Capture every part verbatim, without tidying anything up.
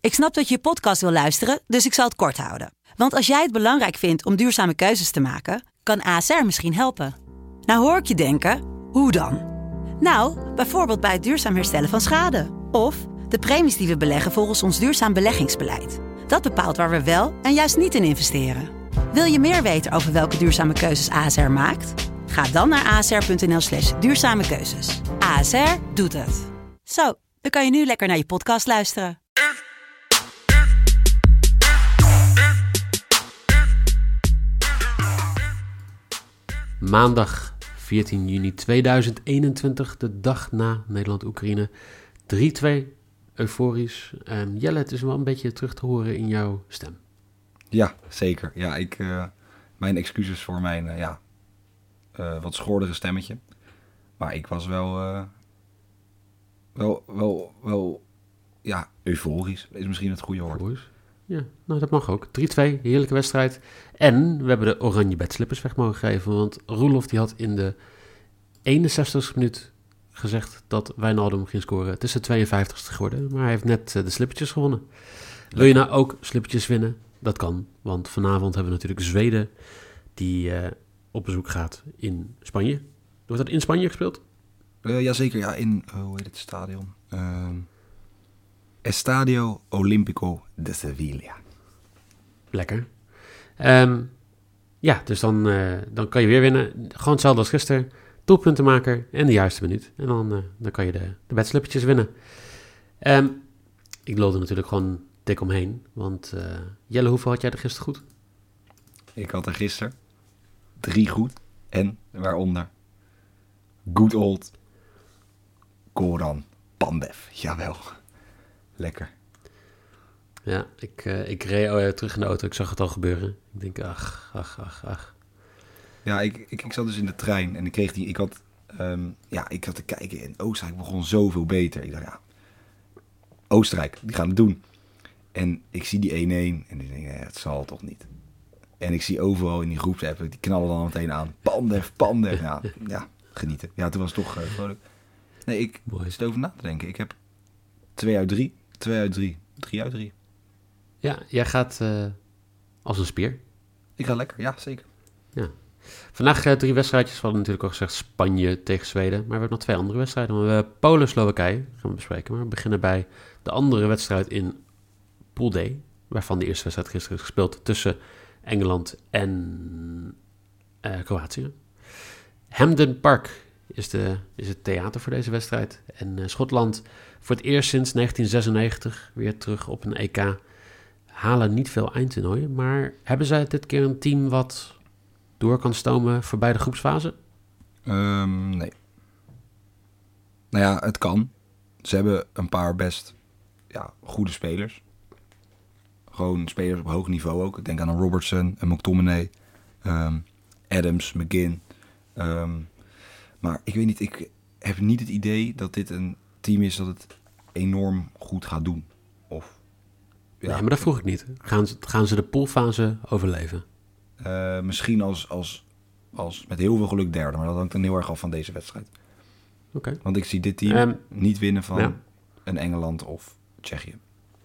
Ik snap dat je je podcast wil luisteren, dus ik zal het kort houden. Want als jij het belangrijk vindt om duurzame keuzes te maken, kan A S R misschien helpen. Nou hoor ik je denken, hoe dan? Nou, bijvoorbeeld bij het duurzaam herstellen van schade. Of de premies die we beleggen volgens ons duurzaam beleggingsbeleid. Dat bepaalt waar we wel en juist niet in investeren. Wil je meer weten over welke duurzame keuzes A S R maakt? Ga dan naar asr.nl slash duurzame keuzes. A S R doet het. Zo, dan kan je nu lekker naar je podcast luisteren. Maandag veertien juni tweeduizend eenentwintig, de dag na Nederland-Oekraïne. drie twee, euforisch. Um, Jelle, het is wel een beetje terug te horen in jouw stem. Ja, zeker. Ja, ik, uh, mijn excuses voor mijn uh, ja, uh, wat schordere stemmetje. Maar ik was wel, uh, wel, wel, wel, ja, euforisch is misschien het goede woord. Euforisch. Ja, nou dat mag ook. drie twee, heerlijke wedstrijd. En we hebben de oranje bedslippers weg mogen geven, want Roelof die had in de eenenzestigste minuut gezegd dat Wijnaldum ging scoren. Het is de tweeënvijftigste geworden, maar hij heeft net uh, de slippertjes gewonnen. Wil je nou ook slippertjes winnen? Dat kan, want vanavond hebben we natuurlijk Zweden die uh, op bezoek gaat in Spanje. Wordt dat in Spanje gespeeld? Uh, Jazeker, ja, in, uh, hoe heet het stadion? Uh, Estadio Olímpico de Sevilla. Lekker. Um, ja, dus dan, uh, dan kan je weer winnen. Gewoon hetzelfde als gisteren. Doelpuntenmaker en de juiste minuut. En dan, uh, dan kan je de, de bedslippertjes winnen. Um, ik lulde natuurlijk gewoon dik omheen. Want uh, Jelle, hoeveel had jij er gisteren goed? Ik had er gisteren drie goed. En waaronder good old Goran Pandev. Jawel. Lekker. Ja, ik, uh, ik reed uh, terug in de auto. Ik zag het al gebeuren. Ik denk, ach, ach, ach, ach. Ja, ik, ik, ik zat dus in de trein en ik kreeg die... Ik had, um, ja, ik had te kijken en Oostenrijk begon zoveel beter. Ik dacht, ja, Oostenrijk, die gaan het doen. En ik zie die één-één en ik denk, ja, het zal toch niet. En ik zie overal in die groepsapp, die knallen dan meteen aan. Pandev, Pandev. Ja, ja, genieten. Ja, toen was het toch uh, vrolijk. Nee, ik Mooi. zit over na te denken. Ik heb twee uit drie, twee uit drie, drie uit drie. Ja, jij gaat uh, als een spier. Ik ga lekker, ja, zeker. Ja. Vandaag uh, drie wedstrijdjes. We hadden natuurlijk al gezegd Spanje tegen Zweden. Maar we hebben nog twee andere wedstrijden. We hebben Polen-Slowakije gaan we bespreken. Maar we beginnen bij de andere wedstrijd in Pool D. Waarvan de eerste wedstrijd gisteren is gespeeld tussen Engeland en uh, Kroatië. Hampden Park is, de, is het theater voor deze wedstrijd. En uh, Schotland voor het eerst sinds negentien zesennegentig weer terug op een E K. Halen niet veel eindtoernooien. Maar hebben zij dit keer een team wat door kan stomen voorbij de groepsfase? Um, nee. Nou ja, het kan. Ze hebben een paar best ja, goede spelers. Gewoon spelers op hoog niveau ook. Ik denk aan een Robertson, een McTominay, um, Adams, McGinn. Um, maar ik weet niet, ik heb niet het idee dat dit een team is dat het enorm goed gaat doen. Of, ja, nee, maar dat vroeg ik niet. Gaan ze, gaan ze de poolfase overleven? Uh, misschien als, als, als met heel veel geluk derde, maar dat hangt dan heel erg af van deze wedstrijd. Okay. Want ik zie dit team um, niet winnen van ja. een Engeland of Tsjechië.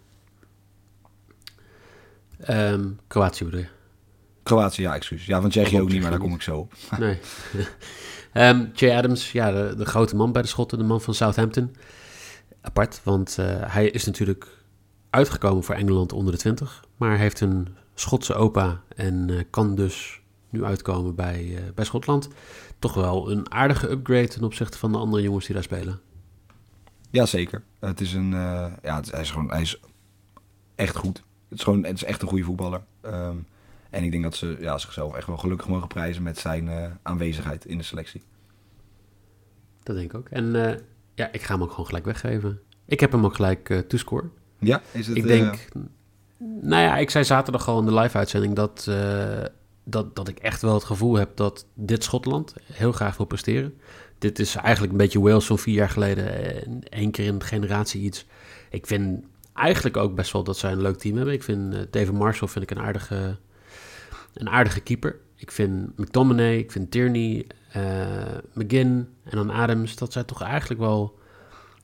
Um, Kroatië bedoel je? Kroatië, ja, excuus. Ja, van Tsjechië ook, ook niet, maar daar kom ik zo op. Nee. um, Che Adams, ja, de, de grote man bij de Schotten, de man van Southampton. Apart, want uh, hij is natuurlijk uitgekomen voor Engeland onder de twintig, maar heeft een Schotse opa en uh, kan dus nu uitkomen bij, uh, bij Schotland. Toch wel een aardige upgrade ten opzichte van de andere jongens die daar spelen. Jazeker. Het is een, uh, ja, het is, hij is gewoon, hij is echt goed. Het is gewoon, het is echt een goede voetballer. Um, en ik denk dat ze ja, zichzelf echt wel gelukkig mogen prijzen met zijn uh, aanwezigheid in de selectie. Dat denk ik ook. En uh, ja, ik ga hem ook gewoon gelijk weggeven. Ik heb hem ook gelijk uh, to-score. Ja, is het... Ik denk, uh... nou ja, ik zei zaterdag al in de live-uitzending dat, uh, dat, dat ik echt wel het gevoel heb dat dit Schotland heel graag wil presteren. Dit is eigenlijk een beetje Wales van vier jaar geleden. Eén keer in een generatie iets. Ik vind eigenlijk ook best wel dat zij een leuk team hebben. Ik vind uh, David Marshall vind ik een aardige, een aardige keeper. Ik vind McTominay, ik vind Tierney, uh, McGinn en dan Adams. Dat zijn toch eigenlijk wel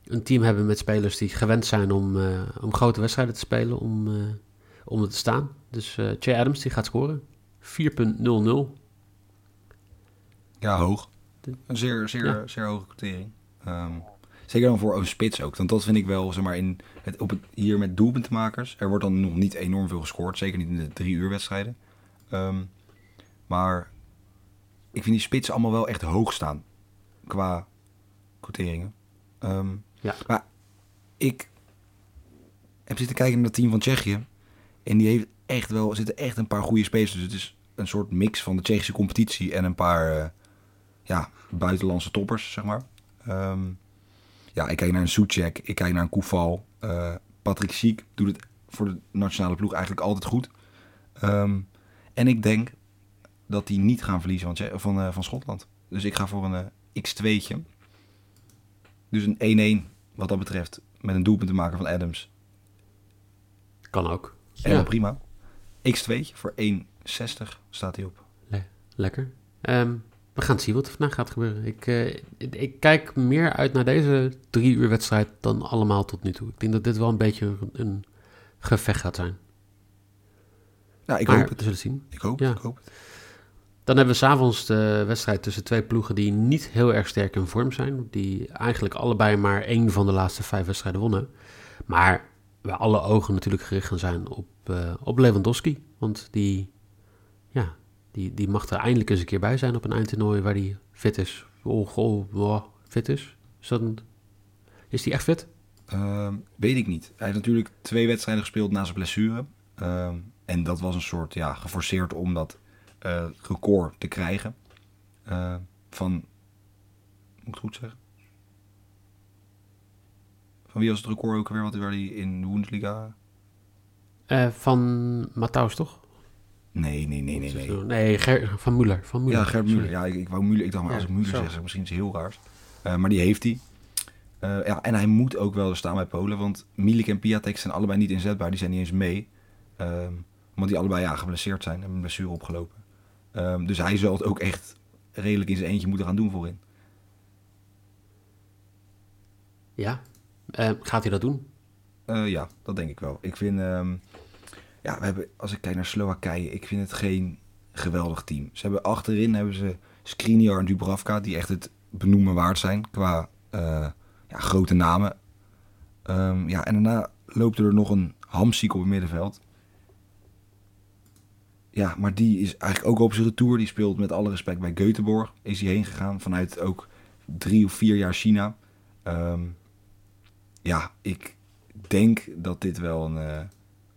een team hebben met spelers die gewend zijn om, uh, om grote wedstrijden te spelen, om, uh, om er te staan. Dus uh, Che Adams die gaat scoren. vier komma nul nul. Ja, hoog. Een zeer, zeer, ja. zeer hoge quotering. Um, zeker dan voor een spits ook. Want dat vind ik wel, zeg maar, in het, op het, hier met doelpuntenmakers. Er wordt dan nog niet enorm veel gescoord. Zeker niet in de drie uur wedstrijden. Um, maar ik vind die spitsen allemaal wel echt hoog staan. Qua quoteringen. Um, ja. Maar ik heb zitten kijken naar het team van Tsjechië. En die heeft echt wel, er zitten echt een paar goede spelers. Dus het is een soort mix van de Tsjechische competitie en een paar uh, ja, buitenlandse toppers, zeg maar. Um, ja, ik kijk naar een Souček, ik kijk naar een Koufal. Uh, Patrick Schiek doet het voor de nationale ploeg eigenlijk altijd goed. Um, en ik denk dat die niet gaan verliezen van, van, uh, van Schotland. Dus ik ga voor een uh, x twee'tje. Dus een één één wat dat betreft. Met een doelpunt te maken van Adams. Kan ook. En ja. Prima. x twee'tje voor één zestig staat hij op. Le- lekker. Um, we gaan zien wat er vandaag gaat gebeuren. Ik, uh, ik, ik kijk meer uit naar deze drie uur wedstrijd dan allemaal tot nu toe. Ik denk dat dit wel een beetje een, een gevecht gaat zijn. Nou, ik maar hoop het. We zullen zien. Ik hoop, ja. ik hoop het. Dan hebben we 's avonds de wedstrijd tussen twee ploegen die niet heel erg sterk in vorm zijn. Die eigenlijk allebei maar één van de laatste vijf wedstrijden wonnen. Maar waar alle ogen natuurlijk gericht gaan zijn op, uh, op Lewandowski. Want die, ja, die, die mag er eindelijk eens een keer bij zijn op een eindtoernooi waar hij fit is. Oh, oh, oh fit is? Is dat een, is die echt fit? Uh, weet ik niet. Hij heeft natuurlijk twee wedstrijden gespeeld na zijn blessure. Uh, en dat was een soort, ja, geforceerd om dat uh, record te krijgen. Uh, van, moet ik het goed zeggen? Van wie was het record ook weer, wat waar hij in de Bundesliga? Uh, van Matthaus, toch? Nee, nee, nee, nee. Nee, nee Ger- van Müller. Van Müller. Ja, Gerd Müller. Ja, ik, ik wou Müller. Ik dacht maar, als ik Müller zeg, zeg misschien is het heel raar. Uh, maar die heeft hij. Uh, ja, en hij moet ook wel er staan bij Polen, want Milik en Piatek zijn allebei niet inzetbaar. Die zijn niet eens mee. Um, omdat die allebei ja, geblesseerd zijn en hebben een blessure opgelopen. Um, dus hij zal het ook echt redelijk in zijn eentje moeten gaan doen voorin. Ja, uh, gaat hij dat doen? Uh, ja, dat denk ik wel. Ik vind, um, ja, we hebben, als ik kijk naar Slowakije, ik vind het geen geweldig team. Ze hebben achterin hebben ze Skriniar en Dubravka, die echt het benoemen waard zijn qua uh, ja, grote namen. Um, ja, en daarna loopt er nog een Hamsik op het middenveld. Ja, maar die is eigenlijk ook op zijn retour. Die speelt met alle respect bij Göteborg. Is hij heen gegaan vanuit ook drie of vier jaar China. Um, ja, ik denk dat dit wel een, uh,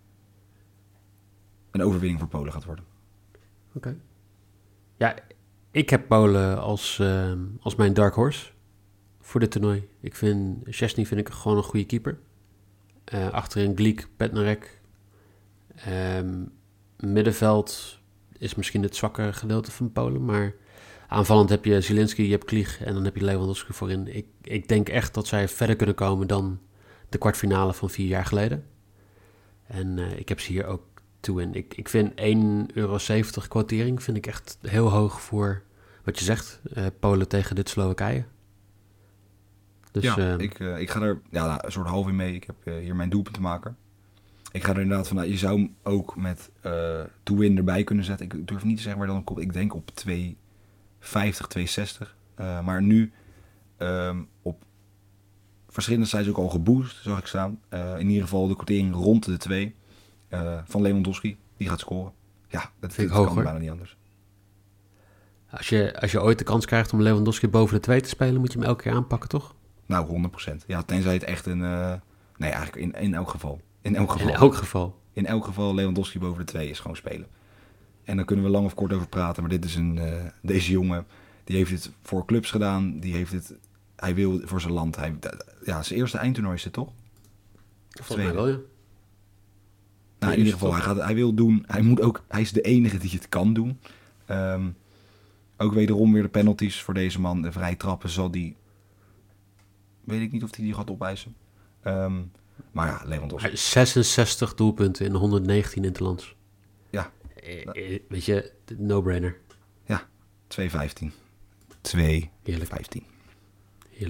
een overwinning voor Polen gaat worden. Oké. Okay. Ja, ik heb Polen als, uh, als mijn dark horse voor dit toernooi. Ik vind, Szczesny vind ik gewoon een goede keeper. Uh, achterin Glik, Bednarek. Um, middenveld is misschien het zwakke gedeelte van Polen, maar aanvallend heb je Zielinski, je hebt Klieg en dan heb je Lewandowski voorin. Ik, ik denk echt dat zij verder kunnen komen dan de kwartfinale van vier jaar geleden. En uh, ik heb ze hier ook toe in. Ik, ik vind één euro zeventig quotering vind ik echt heel hoog voor wat je zegt. Uh, Polen tegen dit Slowakije. Dus, ja, uh, ik, uh, ik ga er ja, nou, een soort half in mee. Ik heb uh, hier mijn doelpunt te maken. Ik ga er inderdaad van, nou, je zou hem ook met uh, to win erbij kunnen zetten. Ik durf niet te zeggen waar dan op. Ik denk op twee vijftig, twee zestig. Uh, maar nu um, op verschillende sites ook al geboost, zag ik staan. Uh, in ieder geval de quotering rond de twee uh, van Lewandowski. Die gaat scoren. Ja, dat, vind dat ik kan hoog, bijna niet anders. Als je, als je ooit de kans krijgt om Lewandowski boven de twee te spelen, moet je hem elke keer aanpakken, toch? Nou, honderd procent. Ja, tenzij het echt een... Uh, nee, eigenlijk in, in elk geval. In elk geval. In elk geval. In elk geval Lewandowski boven de twee is gewoon spelen. En daar kunnen we lang of kort over praten. Maar dit is een... Uh, deze jongen, die heeft het voor clubs gedaan. Die heeft het... Hij wil voor zijn land. Hij, ja, zijn eerste eindtoernooi is het toch? Volgens mij wel, ja. Nou, in ieder geval, hij, gaat, hij wil doen... Hij, moet ook, hij is de enige die het kan doen. Um, ook wederom weer de penalties voor deze man. De vrije trappen zal die... Weet ik niet of hij die gaat opeisen. Um, maar ja, Lewandowski. zesenzestig doelpunten in honderdnegentien interlands. Ja. Eh, weet je, no-brainer. Ja, twee vijftien. twee vijftien. Heerlijk. Heerlijk.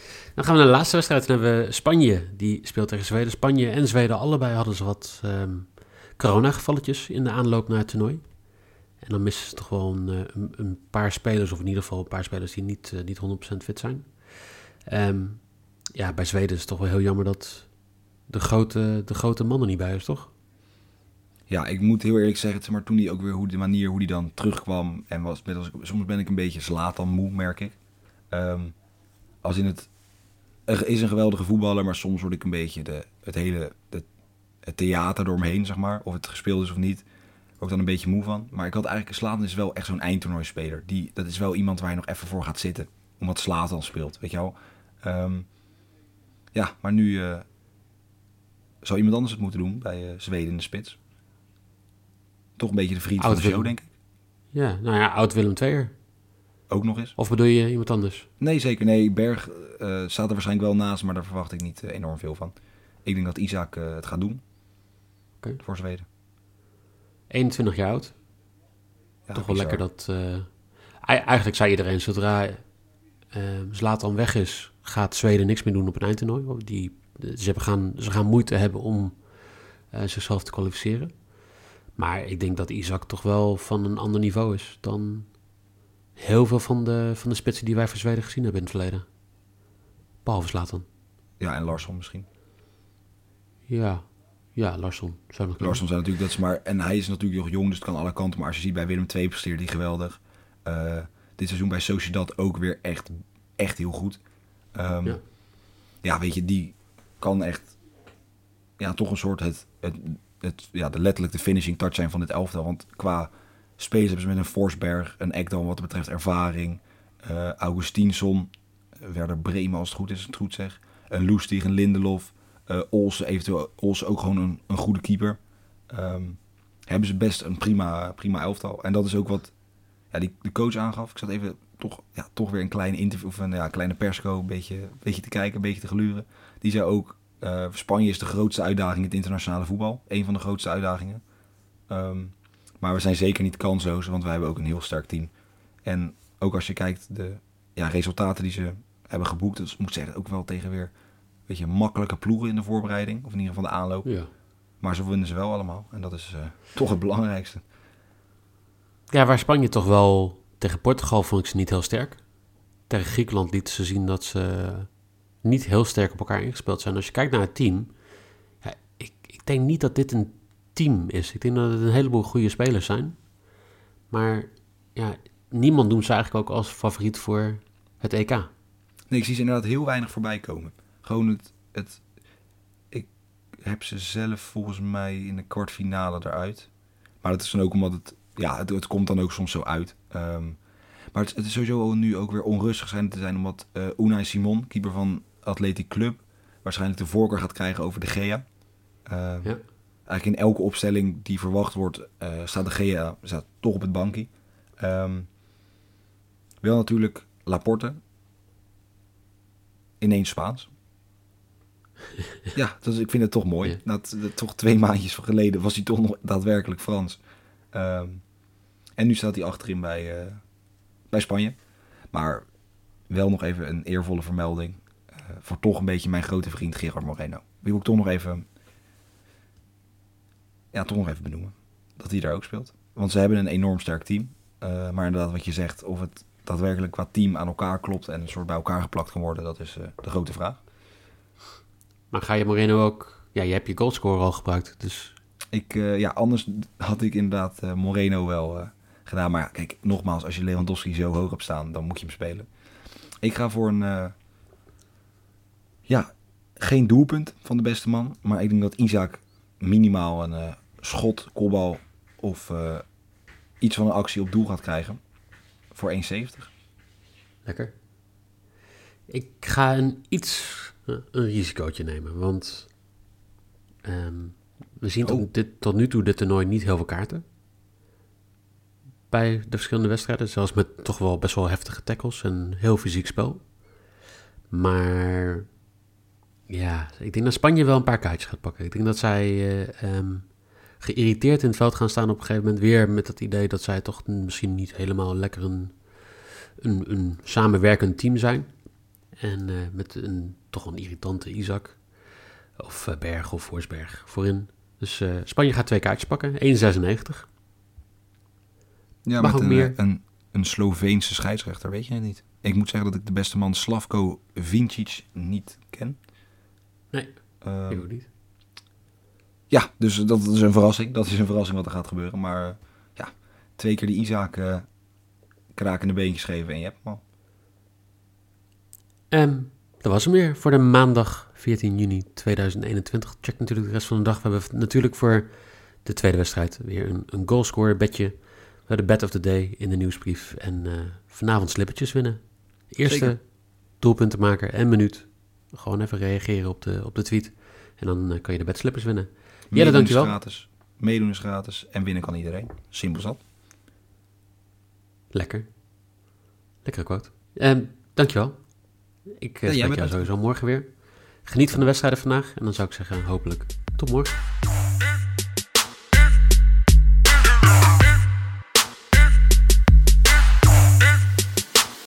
Dan gaan we naar de laatste wedstrijd. Dan hebben we Spanje, die speelt tegen Zweden. Spanje en Zweden, allebei hadden ze wat um, coronagevalletjes in de aanloop naar het toernooi. En dan missen ze toch wel een, een, een paar spelers, of in ieder geval een paar spelers die niet, uh, niet honderd procent fit zijn. Um, ja, bij Zweden is het toch wel heel jammer dat de grote, de grote man er niet bij is, toch? Ja, ik moet heel eerlijk zeggen, maar toen hij ook weer hoe de manier hoe hij dan terugkwam en was, was, soms ben ik een beetje Zlatan moe, merk ik. Um, als in het, er is een geweldige voetballer, maar soms word ik een beetje de, het hele de, het theater door me heen, zeg maar, of het gespeeld is of niet, word ik dan een beetje moe van. Maar ik had eigenlijk, Zlatan is wel echt zo'n eindtoernooispeler. Die, dat is wel iemand waar je nog even voor gaat zitten, omdat Zlatan speelt, weet je wel. Um, ja, maar nu uh, zou iemand anders het moeten doen bij uh, Zweden in de spits. Toch een beetje de vriend Oud van de show, Willem. denk ik. Ja, nou ja, oud Willem Tweeër. Ook nog eens. Of bedoel je iemand anders? Nee, zeker. Nee, Berg uh, staat er waarschijnlijk wel naast, maar daar verwacht ik niet uh, enorm veel van. Ik denk dat Isaac uh, het gaat doen. Okay. Voor Zweden. eenentwintig jaar oud. Ja, Toch wel bizar. lekker dat... Uh, eigenlijk zei iedereen, zodra uh, Zlatan weg is, gaat Zweden niks meer doen op een eindtoernooi. Die, ze, hebben gaan, ze gaan moeite hebben om uh, zichzelf te kwalificeren. Maar ik denk dat Isaac toch wel van een ander niveau is dan heel veel van de, van de spitsen die wij voor Zweden gezien hebben in het verleden. Behalve Zlatan. Ja, en Larsson misschien. Ja, ja, Larsson. Zou nog Larsson zijn natuurlijk, dat is maar... En hij is natuurlijk nog jong, dus het kan alle kanten. Maar als je ziet bij Willem twee presteert hij geweldig. Uh, dit seizoen bij Sociedad ook weer echt, echt heel goed. Um, ja. ja, weet je, die kan echt... Ja, toch een soort het... het Het, ja, de letterlijk de finishing touch zijn van dit elftal. Want qua spelers hebben ze met een Forsberg, een Ekdal wat betreft ervaring. Uh, Augustinsson, Werder Bremen als het goed is, het goed zeg. Een Lustig, een Lindelof. Uh, Olsen, eventueel Olsen ook gewoon een, een goede keeper. Um, hebben ze best een prima, prima elftal. En dat is ook wat ja, die de coach aangaf. Ik zat even toch, ja, toch weer een kleine interview of een ja, kleine persco, een beetje, een beetje te kijken, een beetje te gluren. Die zei ook... Uh, Spanje is de grootste uitdaging in het internationale voetbal. Een van de grootste uitdagingen. Um, maar we zijn zeker niet kansloos, want wij hebben ook een heel sterk team. En ook als je kijkt de ja, resultaten die ze hebben geboekt, dus moet ik zeggen, ook wel tegen weer een beetje makkelijke ploegen in de voorbereiding. Of in ieder geval de aanloop. Ja. Maar ze winnen ze wel allemaal. En dat is uh, toch het belangrijkste. Ja, waar Spanje toch wel... Tegen Portugal vond ik ze niet heel sterk. Tegen Griekenland lieten ze zien dat ze... niet heel sterk op elkaar ingespeeld zijn. Als je kijkt naar het team... Ja, ik, ik denk niet dat dit een team is. Ik denk dat het een heleboel goede spelers zijn. Maar ja, niemand noemt ze eigenlijk ook als favoriet voor het E K. Nee, ik zie ze inderdaad heel weinig voorbij komen. Gewoon het... het ik heb ze zelf volgens mij in de kwartfinale eruit. Maar dat is dan ook omdat het... Ja, het, het komt dan ook soms zo uit. Um, maar het, het is sowieso nu ook weer onrustig zijn te zijn... omdat uh, Unai Simon, keeper van Athletic Club... waarschijnlijk de voorkeur gaat krijgen over de Gea. Uh, ja. Eigenlijk in elke opstelling die verwacht wordt... Uh, staat de Gea staat toch op het bankje. Um, wel natuurlijk Laporte. Ineens Spaans. Ja, dus ik vind het toch mooi. Ja. Dat, dat, toch twee maandjes geleden was hij toch nog daadwerkelijk Frans. Um, en nu staat hij achterin bij, uh, bij Spanje. Maar wel nog even een eervolle vermelding. Uh, voor toch een beetje mijn grote vriend Gerard Moreno. Die wil ik toch nog even... Ja, toch nog even benoemen. Dat hij daar ook speelt. Want ze hebben een enorm sterk team. Uh, maar inderdaad wat je zegt, of het daadwerkelijk qua team aan elkaar klopt... en een soort bij elkaar geplakt kan worden, dat is uh, de grote vraag. Maar ga je Moreno ook... Ja, je hebt je goalscorer al gebruikt, dus... Ik, uh, ja, anders had ik inderdaad uh, Moreno wel uh, gedaan. Maar ja, kijk, nogmaals, als je Lewandowski zo hoog hebt staan, dan moet je hem spelen. Ik ga voor een... Uh, ja, geen doelpunt van de beste man. Maar ik denk dat Isaac minimaal een uh, schot, kopbal of uh, iets van een actie op doel gaat krijgen. Voor één zeventig. Lekker. Ik ga een iets... Uh, een risicootje nemen, want... Um, we zien oh. tot, dit, tot nu toe dit toernooi niet heel veel kaarten. Bij de verschillende wedstrijden. Zelfs met toch wel best wel heftige tackles en heel fysiek spel. Maar ja, ik denk dat Spanje wel een paar kaartjes gaat pakken. Ik denk dat zij uh, um, geïrriteerd in het veld gaan staan op een gegeven moment. Weer met het idee dat zij toch misschien niet helemaal lekker een, een, een samenwerkend team zijn. En uh, met een toch een irritante Isaac. Of uh, Berg of Forsberg voorin. Dus uh, Spanje gaat twee kaartjes pakken. één komma zesennegentig. Ja, Mag met ook een, meer. Een, een Sloveense scheidsrechter, weet je niet. Ik moet zeggen dat ik de beste man Slavko Vincic niet ken. Nee, uh, ik ook niet. Ja, dus dat is een verrassing. Dat is een verrassing wat er gaat gebeuren. Maar uh, ja, twee keer die Isaac uh, krakende beentjes geven en je hebt hem al. Um, dat was hem weer voor de maandag veertien juni tweeduizend eenentwintig. Check natuurlijk de rest van de dag. We hebben natuurlijk voor de tweede wedstrijd weer een, een goalscorer bedje. We hebben de bet of the day in de nieuwsbrief. En uh, vanavond slippertjes winnen. Eerste Zeker. doelpuntenmaker en minuut. Gewoon even reageren op de, op de tweet. En dan uh, kan je de bet slippers winnen. Jelle, dankjewel. Gratis. Meedoen is gratis. En winnen kan iedereen. Simpel zat. Lekker. Lekkere quote. Um, dankjewel. Ik uh, ja, spreek jou sowieso morgen weer. Geniet van de wedstrijden vandaag. En dan zou ik zeggen, hopelijk tot morgen.